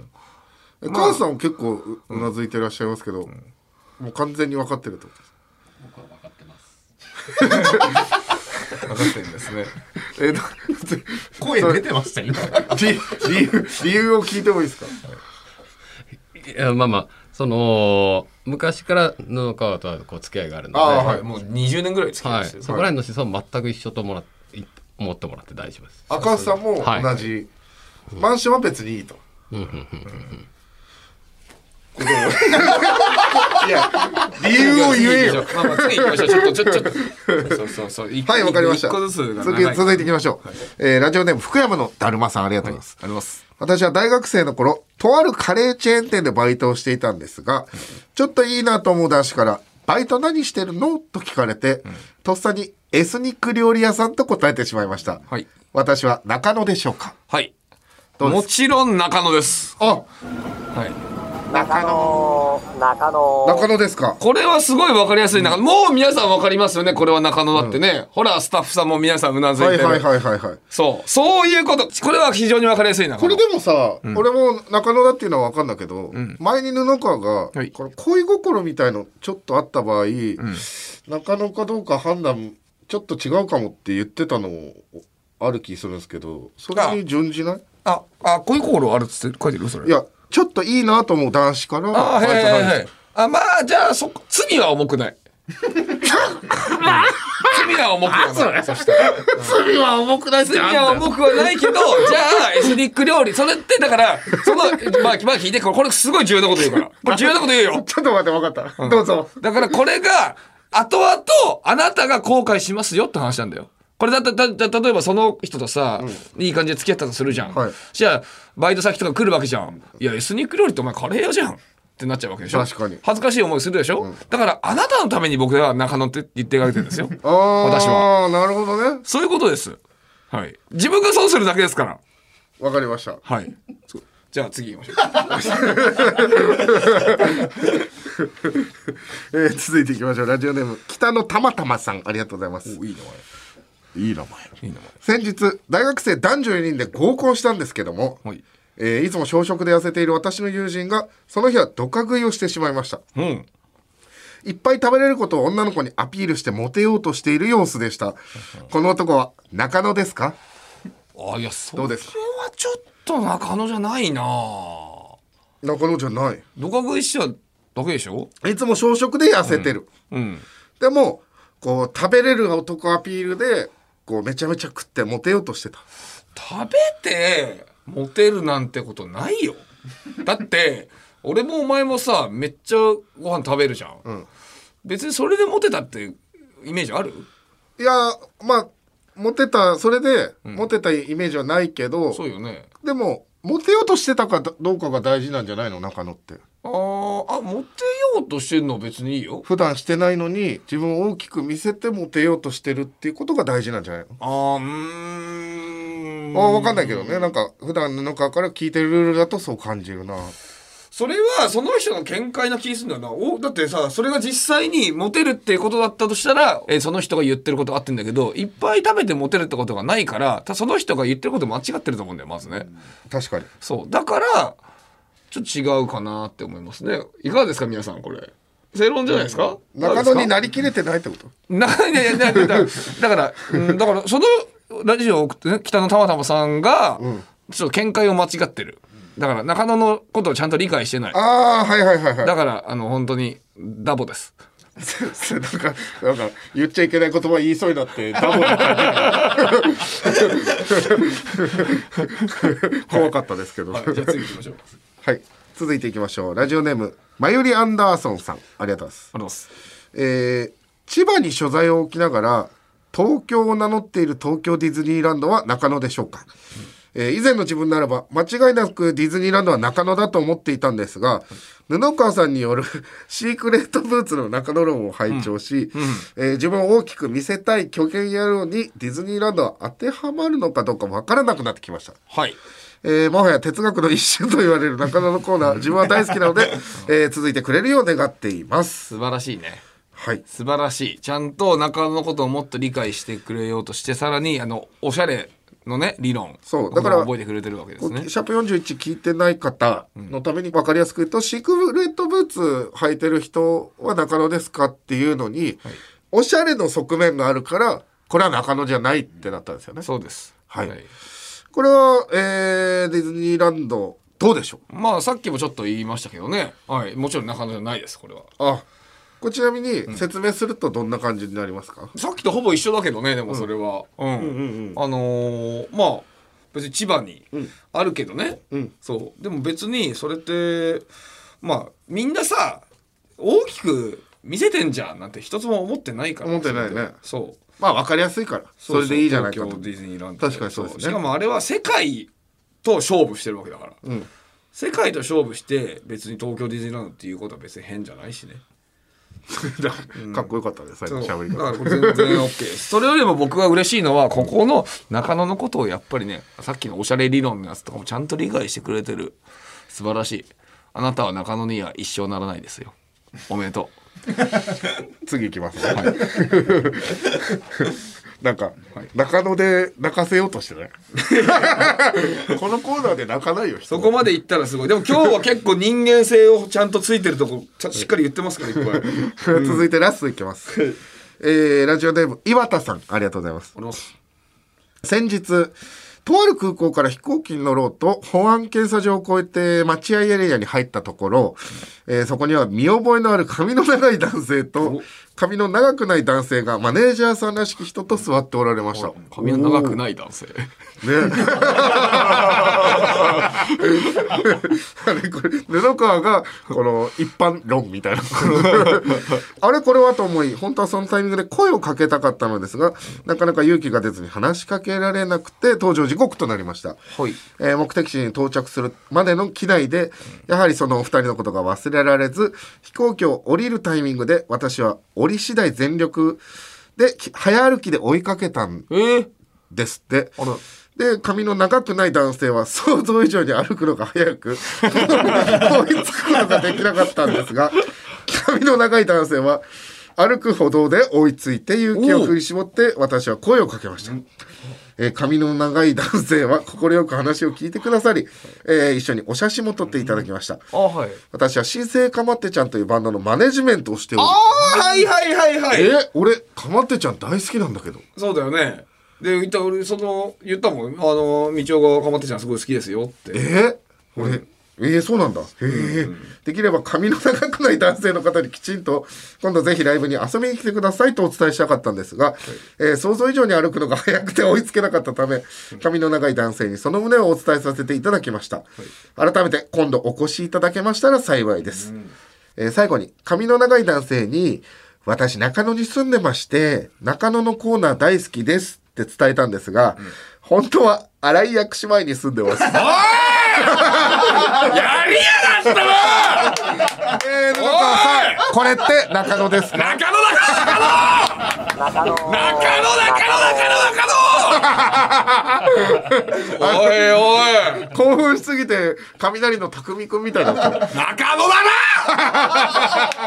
母さんも結構うなずいてらっしゃいますけど、うん、もう完全に分かってるってことです。 僕は分かってます。 分かってるんですね。 え声出てましたよ。 理, 理, 由理由を聞いてもいいですか？ いやまあまあその昔から布川とはこう付き合いがあるので、 あ、はい、もうにじゅうねんぐらい付き合いですよ、 はい、そこら辺の思想全く一緒ともら思ってもらって大丈夫です。 赤須さんも同じ、はい、マンションは別にいいと。いや理由を言えよ。 まあまあ次行きましょう。ちょっとちょっとちょっとそうそうそう。 はいわかりました。 一個ずつ続いていきましょう。はい、えー、ラジオネーム福山のだるまさんありがとうございます。 はい、あります。 私は大学生の頃とあるカレーチェーン店でバイトをしていたんですが、ちょっといいなと思う男子からバイト何してるのと聞かれて、うん、とっさにエスニック料理屋さんと答えてしまいました。はい。私は中野でしょうか？ はい。もちろん中野です。 あ、はい。 中野中野中野ですか？ これはすごい分かりやすい中野、うん、もう皆さん分かりますよね。これは中野だってね、うん、ほらスタッフさんも皆さんうなずいてる。 はいはいはいはいはい。 そうそういうこと。これは非常に分かりやすい中野。 これでもさ、うん、俺も中野だっていうのは分かんだけど、うん、前に布川が、はい、これ恋心みたいのちょっとあった場合、うん、中野かどうか判断ちょっと違うかもって言ってたのある気するんですけど、それに準じない？ ああ恋心あるっつって書いてる？それ。 いやちょっといいなと思う男子から。 あはいはいはい。あまあじゃあそ罪は重くない。罪は重くはない。そしたら罪は重くない。 罪は重くはないけど、じゃあエスニック料理それってだからそのまあまあ聞いてこれこれすごい重要なこと言うから。これ重要なこと言うよ。 ちょっと待って分かった。うん、どうぞ。 だからこれが後々あなたが後悔しますよって話なんだよ。これだったら例えばその人とさ、うん、いい感じで付き合ったとするじゃん、はい、じゃあバイト先とか来るわけじゃん。いやエスニック料理ってお前カレー屋じゃんってなっちゃうわけでしょ。 確かに恥ずかしい思いするでしょ、うん、だからあなたのために僕は中野って言っていかれてるんですよ。 あ私は。 あなるほどね。 そういうことです。はい。自分が損するだけですから。 わかりました。 はい。じゃあ次行きましょう。えー、続いていきましょう。ラジオネーム北のたまたまさんありがとうございます。 おいい名前。 いい名前。いい名前。先日大学生男女よにんで合コンしたんですけども、はいえー、いつも小食で痩せている私の友人がその日はドカ食いをしてしまいました。うん、 いっぱい食べれることを女の子にアピールしてモテようとしている様子でしたこの男は中野ですか？ あいやそどうですか？ それはちょっと中野じゃないな。 中野じゃない。 どか食いしちゃだけでしょ。 いつも小食で痩せてる、 うんうん、 でもこう食べれる男アピールでこうめちゃめちゃ食ってモテようとしてた。 食べてモテるなんてことないよ。だって俺もお前もさめっちゃご飯食べるじゃん、うん、別にそれでモテたってイメージある？ いやまあモテたそれで、うん、モテたイメージはないけど、 そうよね。 でもモテようとしてたかどうかが大事なんじゃないの中野って。 ああモテようとしてるのは別にいいよ。 普段してないのに自分を大きく見せてモテようとしてるっていうことが大事なんじゃないの？ ああうーんあ分かんないけどね。なんか普段布川から聞いてるルールだとそう感じるな。 それはその人の見解な気するんだよな。おだってさそれが実際にモテるってことだったとしたら、えー、その人が言ってること合ってんだけどいっぱい食べてモテるってことがないからたその人が言ってること間違ってると思うんだよまずね。 確かにそうだからちょっと違うかなって思いますね。いかがですか皆さんこれ正論じゃないですか？ 中野になりきれてないってこと？ ないやいやだからだから、うん、だからそのラジオを送ってね北野たまたまさんが、うん、ちょっと見解を間違ってる。だから中野のことをちゃんと理解してない。 ああはいはいはいはい。 だからあの本当にダボです。 なんかなんか言っちゃいけない言葉言いそうになってダボだった怖かったですけど、 はい、じゃあ次行きましょう。 はい続いていきましょう。ラジオネームまゆりアンダーソンさんありがとうございます。 ありがとうございます。 えー、千葉に所在を置きながら東京を名乗っている東京ディズニーランドは中野でしょうか？うんえー、以前の自分ならば間違いなくディズニーランドは中野だと思っていたんですが布川さんによるシークレットブーツの中野論を拝聴し、うんうんえー、自分を大きく見せたい虚言野郎にディズニーランドは当てはまるのかどうか分からなくなってきました。 はいえー、もはや哲学の一種と言われる中野のコーナー自分は大好きなので、えー、続いてくれるよう願っています。 素晴らしいね。 はい、 素晴らしい。ちゃんと中野のことをもっと理解してくれようとしてさらにあのおしゃれのね理論そうだから覚えてくれてるわけですね。 シャープよんじゅういち聞いてない方のために分かりやすく言うと、うん、シークレットブーツ履いてる人は中野ですかっていうのに、はい、おしゃれの側面があるからこれは中野じゃないってなったんですよね。 そうです、 はいはい、これは、えー、ディズニーランドどうでしょう？ まあさっきもちょっと言いましたけどね、はい、もちろん中野じゃないですこれは。 あこれちなみに説明するとどんな感じになりますか？ うん、さっきとほぼ一緒だけどね。でもそれは、うんうんうんうん、あのー、まあ別に千葉にあるけどね、うん、そうでも別にそれってまあみんなさ大きく見せてんじゃんなんて一つも思ってないから。 思ってないね。 そうまあ分かりやすいからそれでいいじゃないかと。 東京ディズニーランド確かにそうですね。 しかもあれは世界と勝負してるわけだから、うん、世界と勝負して別に東京ディズニーランドっていうことは別に変じゃないしね。 かっこよかったね、最後喋り方。 だから全然 OK です。それよりも僕が嬉しいのはここの中野のことをやっぱりねさっきのおしゃれ理論のやつとかもちゃんと理解してくれてる。素晴らしい。あなたは中野には一生ならないですよ。おめでとう。次いきます、ね。はいなんか、はい、中野で泣かせようとしてないこのコーナーで泣かないよ。 そこまで言ったらすごい。でも今日は結構人間性をちゃんとついてるとこしっかり言ってますからいっぱい、 うん、続いてラストいきます、えー、ラジオネーム岩田さんありがとうございます。先日とある空港から飛行機に乗ろうと保安検査場を越えて待合エリアに入ったところ、えー、そこには見覚えのある髪の長い男性と髪の長くない男性がマネージャーさんらしき人と座っておられました。 髪の長くない男性ねあれこれ布川がこの一般論みたいなあれこれはと思い本当はそのタイミングで声をかけたかったのですがなかなか勇気が出ずに話しかけられなくて搭乗時刻となりました、はいえー、目的地に到着するまでの機内でやはりそのお二人のことが忘れられず飛行機を降りるタイミングで私は降り次第全力で早歩きで追いかけたんですって、えー、あらで髪の長くない男性は想像以上に歩くのが早く追いつくことができなかったんですが髪の長い男性は歩く歩道で追いついて勇気を振り絞って私は声をかけました。えー、髪の長い男性は快く話を聞いてくださり、えー、一緒にお写真も撮っていただきました。 あ、はい、 私は新生かまってちゃんというバンドのマネジメントをしており、 あー、はいはいはいはい、 えー、俺かまってちゃん大好きなんだけど。 そうだよね。で言った俺その言ったもん、あのみちおがかまってちゃんすごい好きですよって。 えー、俺、うんえー、そうなんだ。へえ、うん、できれば髪の長くない男性の方にきちんと今度ぜひライブに遊びに来てくださいとお伝えしたかったんですが、はい、えー、想像以上に歩くのが早くて追いつけなかったため、髪の長い男性にその旨をお伝えさせていただきました。はい、改めて今度お越しいただけましたら幸いです。うん、えー、最後に髪の長い男性に私中野に住んでまして中野のコーナー大好きですって伝えたんですが、うん、本当は新井薬師前に住んでます。 やりやがったな。 えー、布川さん、これって中野ですか？ 中野中野中野中野中野中野おいおい、 興奮しすぎて雷の匠くんみたいな。中野だな。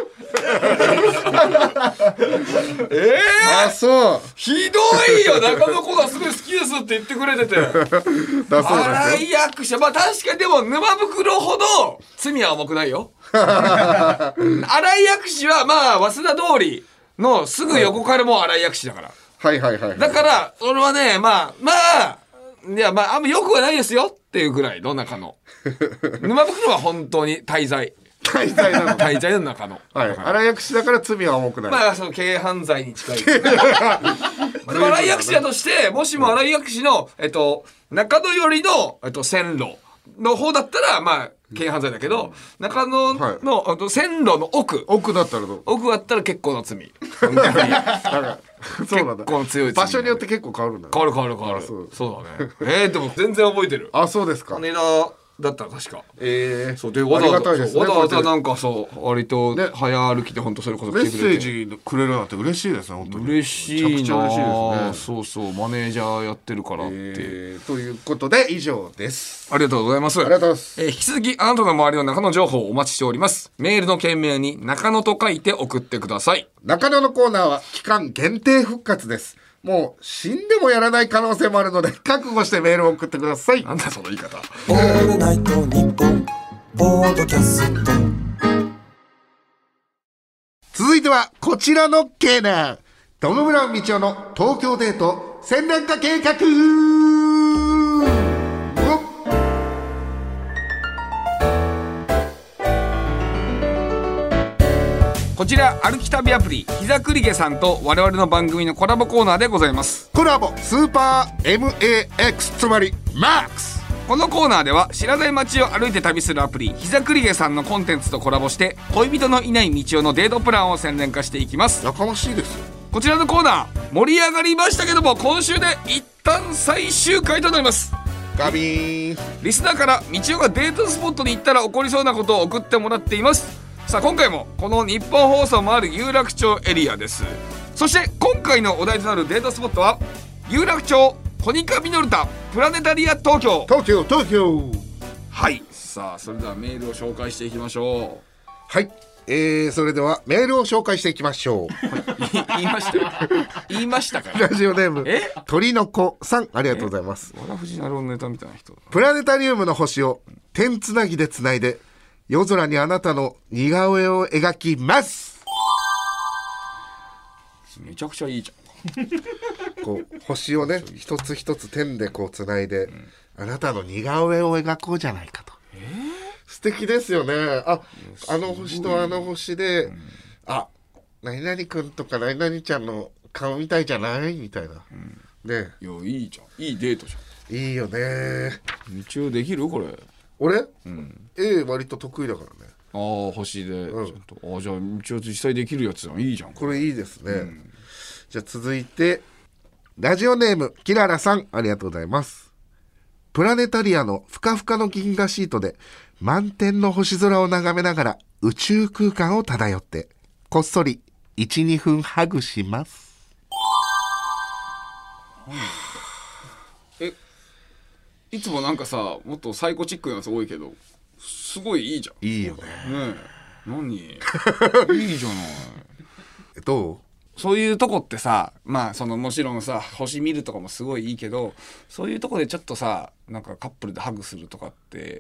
えー、 あ、そう。 ひどいよ。中野子がすごい好きですって言ってくれてて。だそうですよ。新井役者、まあ確かにでも沼袋ほど罪は重くないよ。新井薬師はまあ早稲田通りのすぐ横からもう新井薬師だから。 はいはいはい、はい。 だから俺はね、まあまあいやまああんま良くはないですよっていうぐらいの中の。沼袋は本当に滞在。 滞在なの。 滞在の中の。 はい。新井薬師だから罪は重くない。 まあその軽犯罪に近い。でも新井薬師だとしてもしも新井薬師のえっと中野寄りのえっと線路の方だったらまあ軽犯罪だけど、中野の、はい、線路の奥奥だったらどう？ 奥だったら結構な罪。 そうなんだ。 結構強い罪。 場所によって結構変わるんだね。 変わる変わる変わる。そうそうだね。えー、でも全然覚えてる。 あ、そうですか。 羽田だったら確か。 えー、 そうでわざわざ、 ね、 わざわざなんかそう割とね早歩きで本当それこそメッセージくれるなんて嬉しいですね。本当に嬉しいな。めちゃくちゃ嬉しいですね。そうそうマネージャーやってるからって、 えー、ということで以上です。 ありがとうございます。 ありがとうございます。 えー、引き続きあなたの周りの中野情報をお待ちしております。メールの件名に中野と書いて送ってください。 中野のコーナーは期間限定復活です。もう死んでもやらない可能性もあるので覚悟してメールを送ってください。 なんだその言い方。 オールナイトニッポンポッドキャスト。 続いてはこちらのコーナー、トム・ブラウンみちおの東京デート宣伝化計画。 こちら歩き旅アプリ膝栗毛さんと我々の番組のコラボコーナーでございます。 コラボスーパー エムエーエックス つまりマックス。 このコーナーでは知らない街を歩いて旅するアプリ膝栗毛さんのコンテンツとコラボして恋人のいない道夫のデートプランを宣伝化していきます。 やかましいですよ。 こちらのコーナー盛り上がりましたけども今週で一旦最終回となります。 ガビーン。 リスナーから道夫がデートスポットに行ったら起こりそうなことを送ってもらっています。さあ今回もこの日本放送もある有楽町エリアです。そして今回のお題となるデートスポットは有楽町コニカミノルタプラネタリア東京。 東京東京。 はい。さあそれではメールを紹介していきましょう。はい、えー、それではメールを紹介していきましょう。 言いましたよ。言いましたから。ラジオネーム鳥の子さん、ありがとうございます。 わらふじなるおネタみたいな人。 プラネタリウムの星を点つなぎでつないで夜空にあなたの似顔絵を描きます。 めちゃくちゃいいじゃん。 こう星をね一つ一つ点でこうつないで、うん、あなたの似顔絵を描こうじゃないかと。えー、素敵ですよね。あ、あの星とあの星で、うん、あ、何々くんとか何々ちゃんの顔みたいじゃないみたいな、うん、ね。 いやいいじゃん。いいデートじゃん。いいよね。 道をできるこれ。 俺、うん、絵割と得意だからね。 ああ星で、うん、ちゃんとあじゃあ道を実際できるやつじゃん。いいじゃんこれ。いいですね、うん、じゃあ続いてラジオネームキララさん、ありがとうございます。プラネタリアのふかふかの銀河シートで満天の星空を眺めながら宇宙空間を漂ってこっそり いちにふんハグします。 えいつもなんかさもっとサイコチックなやつ多いけどすごいいいじゃん。 いいよね。 ねえ何いいじゃない。 どう？ そういうとこってさ、まあそのもちろんさ星見るとかもすごいいいけど、そういうとこでちょっとさなんかカップルでハグするとかって、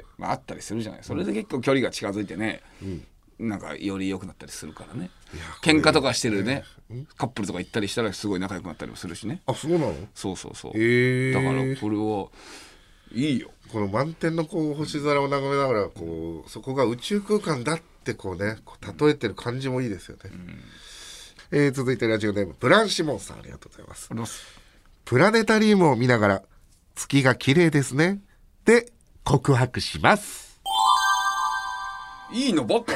まあ、あったりするじゃない。それで結構距離が近づいてね、うん、なんかより良くなったりするからね。喧嘩とかしてるね、カップルとか行ったりしたらすごい仲良くなったりもするしね。 あ、そうなの？ そうそうそう、 へー。 だからこれはいいよ。 この満天のこう星空を眺めながらこうそこが宇宙空間だってこうねこう例えてる感じもいいですよね。うん、えー、続いてラジオネームブランシモンさん、ありがとうございます。プラネタリウムを見ながら月が綺麗ですねで告白します。 いいのばっか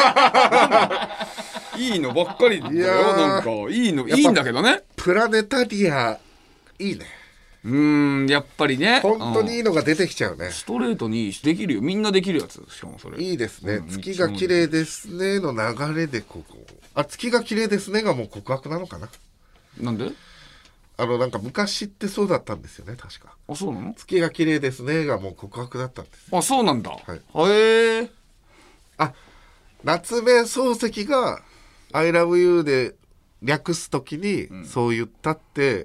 りいいのばっかりだよ。なんかいいのいいんだけどね。 プラネタリアいいね。 うーん、やっぱりね本当にいいのが出てきちゃうね、うん、 ストレートにできるよ。みんなできるやつ。しかもそれいいですね、うん、月が綺麗ですねの流れでここあ月が綺麗ですねがもう告白なのかな。 なんで？ あのなんか昔ってそうだったんですよね確か。 あ、そうなの？ 月が綺麗ですねがもう告白だったんです。 あ、そうなんだ。はい、 へえ。あ、夏目漱石が I love you で略すときにそう言ったって、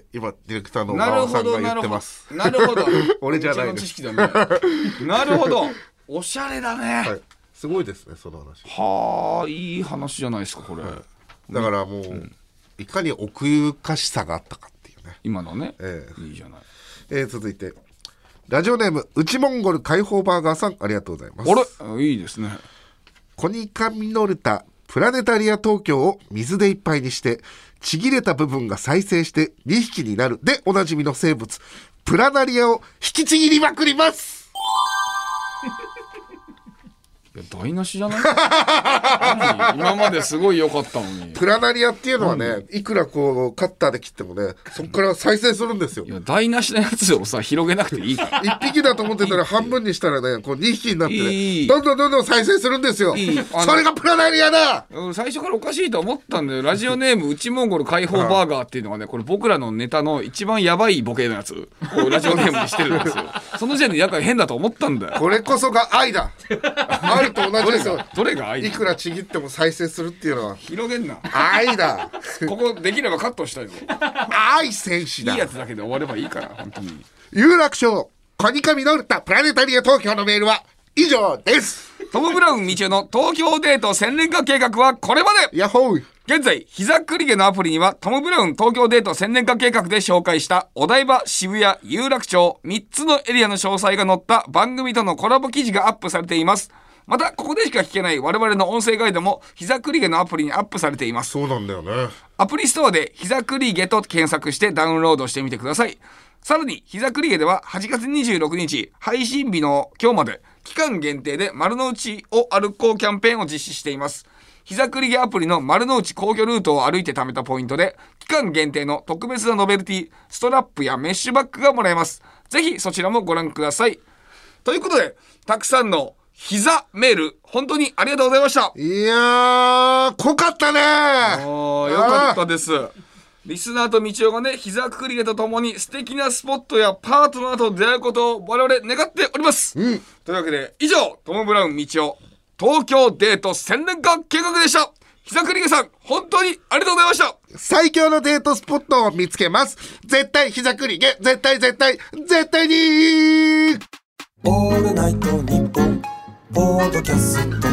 うん、今ディレクターの小川さんが言ってます。 なるほど。 俺じゃないです。 知識だね。なるほど。おしゃれだね、はい、 すごいですねその話。 はあ、いい話じゃないですかこれ、はい、 だからもう、うん、いかに奥ゆかしさがあったかっていうね今のね、 えー、いいじゃない。 えー、続いてラジオネーム内モンゴル解放バーガーさん、ありがとうございます。 あれ、いいですね。 コニカミノルタプラネタリア東京を水でいっぱいにしてちぎれた部分が再生してにひきになるでおなじみの生物プラナリアを引きちぎりまくります。 いや台無しじゃない？今まですごい良かったのに。 プラナリアっていうのはね、いくらこうカッターで切ってもねそこから再生するんですよ。 いや台無しなやつをさ広げなくていいから。 いっぴきだと思ってたら半分にしたらねこうにひきになってねいいどんどんどんどん再生するんですよ。いいそれがプラナリアだ。 最初からおかしいと思ったんだよ。ラジオネーム内モンゴル解放バーガーっていうのがねこれ僕らのネタの一番ヤバいボケのやつこうラジオネームにしてるんですよ。その時点でやっぱり変だと思ったんだよ。 これこそが愛だ。愛と同じですよ。 どれが愛だ。 いくらちぎっても再生するっていうのは広げんな。 愛だ。 ここできればカットしたいぞ。 愛戦士だ。 いいやつだけで終わればいいから本当に。 有楽町コニカミノルタプラネタリア東京のメールは以上です。 トム・ブラウン道夫の東京デート洗練化計画はこれまで。 ヤッホー。 現在膝くりげのアプリにはトム・ブラウン東京デート洗練化計画で紹介したお台場、渋谷、有楽町みっつのエリアの詳細が載った番組とのコラボ記事がアップされています。またここでしか聞けない我々の音声ガイドも膝くりげのアプリにアップされています。 そうなんだよね。 アプリストアで膝くりげと検索してダウンロードしてみてください。さらに膝くりげでははちがつにじゅうろくにち配信日の今日まで期間限定で丸の内を歩こうキャンペーンを実施しています。膝くりげアプリの丸の内皇居ルートを歩いて貯めたポイントで期間限定の特別なノベルティストラップやメッシュバッグがもらえます。ぜひそちらもご覧ください。ということでたくさんの膝メール本当にありがとうございました。 いやー濃かったね。あーよかったです。リスナーと道夫がね膝くりげとともに素敵なスポットやパートナーと出会うことを我々願っております、うん、というわけで以上トム・ブラウン道夫東京デート洗練化計画でした。膝くりげさん本当にありがとうございました。 最強のデートスポットを見つけます。絶対膝くりげ絶対絶対絶対にオールナイトニッポンポードキャスト、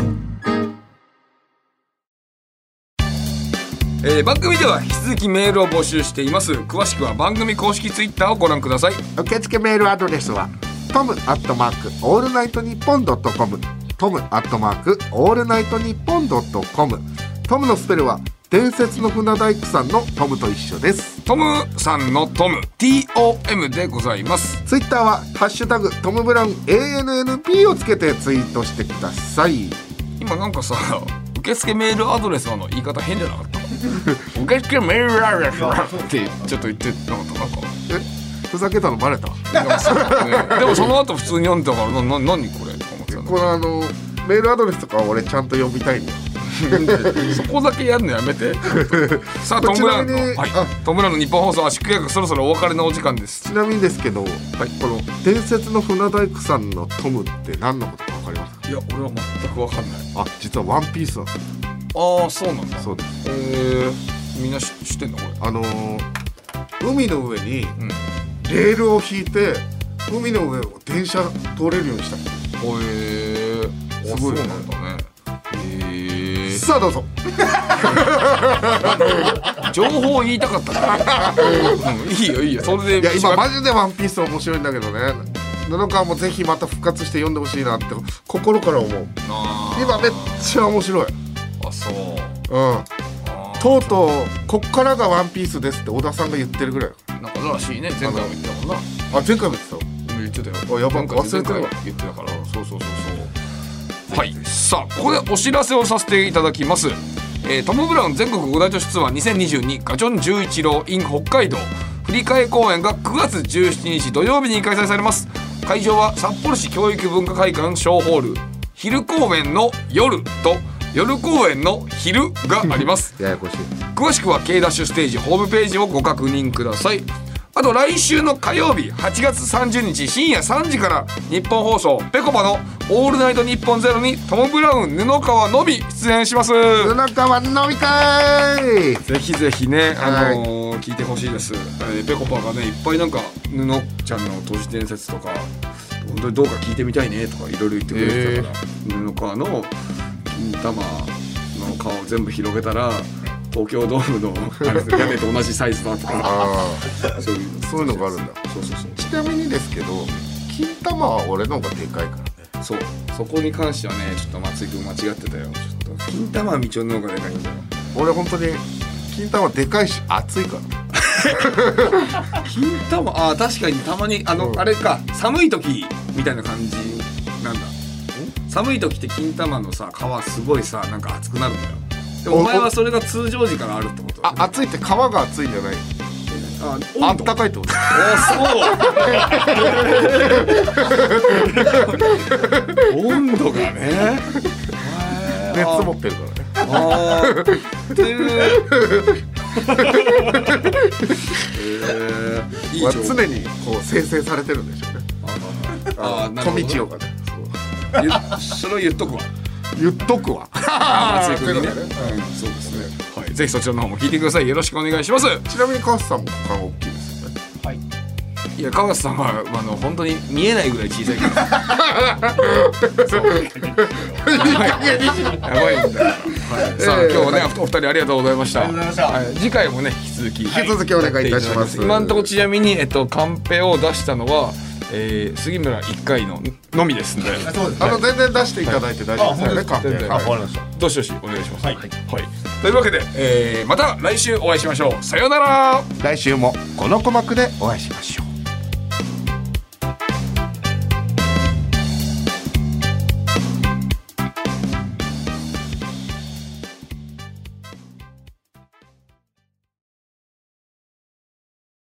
えー、番組では引き続きメールを募集しています。詳しくは番組公式ツイッターをご覧ください。 受付メールアドレスはトムアットマークオールナイトニッポンドットコムトムアットマークオールナイトニッポンドットコム。トムのスペルは伝説の船大工さんのトムと一緒です。 トムさんのトム ティーオーエム でございます。 ツイッターはハッシュタグトムブラウン エーエヌエヌピー をつけてツイートしてください。 今なんかさ受付メールアドレスの言い方変じゃなかった受付メールアドレスってちょっと言ってなかった。なんかえふざけたのバレたね、でもその後普通に読んでたからなな何これと思ってた。 これあのメールアドレスとかは俺ちゃんと読みたいんだよそこだけやるのやめてさあトム・ブラウンの、はい、トム・ブラウンの日本放送圧縮計画そろそろお別れのお時間です。 ちなみにですけど、はい、この伝説の船大工さんのトムって何のことか分かりますか？ いや俺は全く分かんない。 あ実はワンピースなんですよ。 ああそうなんだ。 そうです。 へえみんな知ってんのこれ。 あのー、海の上にレールを引いて海の上を電車通れるようにした。 へえー、 すごいね。 そうなんだね。へえ。 さあどうぞ。 情報を言いたかったから、うん、いいよいいよ。それでいや今マジでワンピース面白いんだけどね。布川もぜひまた復活して読んでほしいなって心から思う。今めっちゃ面白い。 あ、そう。 うん。とうとうこっからがワンピースですって小田さんが言ってるぐらい。 なんからしいね。前回も言ってたもんな。 あ、前回も言ってた。 言ってたよ。 あ、やばい忘れてるわ。 言ってたから。そうそうそうそう。はい。さあここでお知らせをさせていただきます。えー、トム・ブラウン全国五大都市ツアーにせんにじゅうにガチョンじゅういちろう in 北海道振り替え公演がくがつじゅうしちにち土曜日に開催されます。会場は札幌市教育文化会館小ホール。昼公演の夜と夜公演の昼がありますややこしい。 詳しくは K ダッシュステージホームページをご確認ください。あと来週の火曜日はちがつさんじゅうにち深夜さんじから日本放送ぺこぱのオールナイトニッポンゼロにトム・ブラウン布川のみ出演します。 布川のみかい。 ぜひぜひね、あのー、聞いてほしいです。えー、ぺこぱがねいっぱいなんか布ちゃんの都市伝説とか本当にどうか聞いてみたいねとかいろいろ言ってくれてたから、えー、布川の金玉の顔を全部広げたら東京ドームの屋根と同じサイズだとかあそういうそういうのがあるんだ。そうそうそう。ちなみにですけど金玉は俺の方がでかいからね。 そうそこに関してはねちょっと松井君間違ってたよ。ちょっと金玉はみちおの方がでかいんだよ。 俺本当に金玉でかいし熱いから金玉あ確かにたまにあの、うん、あれか寒い時みたいな感じなんだ。寒い時って金玉のさ皮すごいさなんか熱くなるんだよ。でもお前はそれが通常時からあるってことだ、ね、 あ熱いって皮が熱いんじゃない。ああったかいってこと。 おそう温度がね熱持ってるからね。 あっていうえー、いいまあ、常にこう生成されてるんでしょうね。ああ富千代がねそれを言っとくわ言っとくわ松井君にね、うん、そうですね、はい、ぜひそちらの方も聞いてください。よろしくお願いします。 ちなみに川瀬さんも股間大きいですよね。 はい。いや川瀬さんはあの本当に見えないぐらい小さいからそうやばいんだよ、はい、さあ、えー、今日はねお二人ありがとうございました。ありがとうございました、はい、次回もね引き続き引き続きお願いいたします。 今のところちなみに、えっと、カンペを出したのはえー、杉村いっかいののみですんで、 あの全然出していただいて大丈夫ですよね。カンペどしどしお願いします。はい、はい、というわけで、えー、また来週お会いしましょう。さようなら。 来週もこの鼓膜でお会いしましょう。